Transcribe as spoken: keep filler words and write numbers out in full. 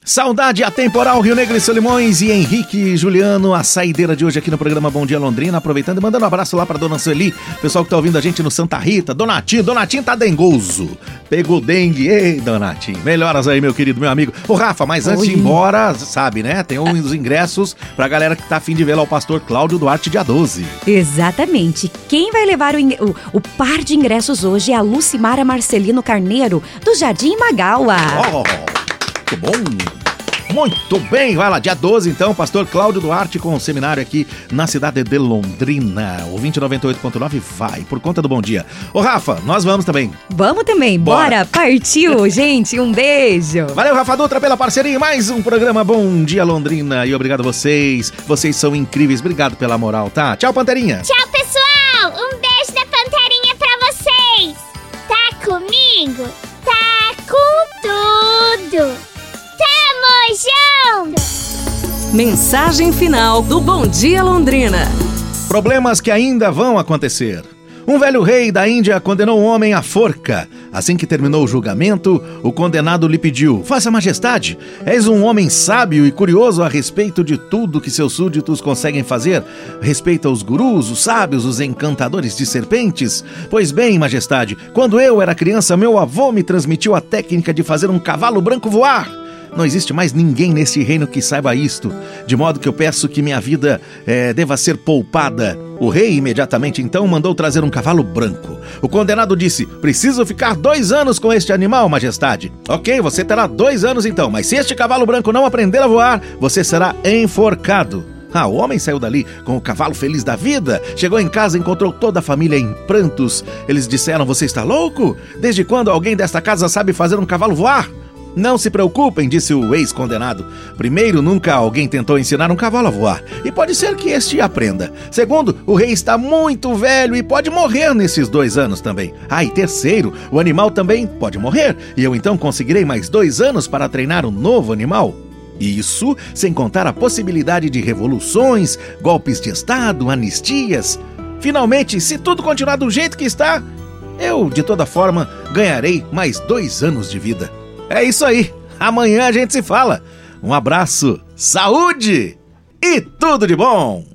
Saudade atemporal, Rio Negro e Solimões e Henrique e Juliano, a saideira de hoje aqui no programa Bom Dia Londrina, aproveitando e mandando um abraço lá pra Dona Sueli, pessoal que tá ouvindo a gente no Santa Rita, Donatinho, Donatinho tá dengoso, pegou dengue, ei Donatinho, melhoras aí meu querido, meu amigo. Ô Rafa, mas antes Oi. de ir embora, sabe né, tem uns ingressos pra galera que tá afim de ver lá o pastor Cláudio Duarte dia doze. Exatamente, quem vai levar o, o, o par de ingressos hoje é a Lucimara Marcelino Carneiro, do Jardim Magaua. Oh. Muito bom, muito bem, vai lá, dia doze então, pastor Cláudio Duarte com o seminário aqui na cidade de Londrina, o vinte e noventa e oito ponto nove vai, por conta do Bom Dia. Ô Rafa, nós vamos também. Vamos também, bora, bora. Partiu, gente, um beijo. Valeu Rafa Dutra pela parceria em mais um programa Bom Dia Londrina e obrigado a vocês, vocês são incríveis, obrigado pela moral, tá? Tchau Panterinha. Tchau pessoal, um beijo da Panterinha pra vocês. Tá comigo? Tá com tudo. Tamo junto! Mensagem final do Bom Dia Londrina. Problemas que ainda vão acontecer. Um velho rei da Índia condenou um homem à forca. Assim que terminou o julgamento, o condenado lhe pediu: Vossa Majestade, és um homem sábio e curioso a respeito de tudo que seus súditos conseguem fazer? Respeita os gurus, os sábios, os encantadores de serpentes? Pois bem, Majestade, quando eu era criança, meu avô me transmitiu a técnica de fazer um cavalo branco voar. Não existe mais ninguém nesse reino que saiba isto, de modo que eu peço que minha vida é, deva ser poupada. O rei imediatamente então mandou trazer um cavalo branco. O condenado disse: preciso ficar dois anos com este animal, majestade. Ok, você terá dois anos então, mas se este cavalo branco não aprender a voar, você será enforcado. Ah, o homem saiu dali com o cavalo feliz da vida. Chegou em casa e encontrou toda a família em prantos. Eles disseram: você está louco? Desde quando alguém desta casa sabe fazer um cavalo voar? Não se preocupem, disse o ex-condenado. Primeiro, nunca alguém tentou ensinar um cavalo a voar, e pode ser que este aprenda. Segundo, o rei está muito velho e pode morrer nesses dois anos também. Ah, e terceiro, o animal também pode morrer, e eu então conseguirei mais dois anos para treinar um novo animal. Isso sem contar a possibilidade de revoluções, golpes de estado, anistias. Finalmente, se tudo continuar do jeito que está, eu, de toda forma, ganharei mais dois anos de vida. É isso aí, amanhã a gente se fala. Um abraço, saúde e tudo de bom!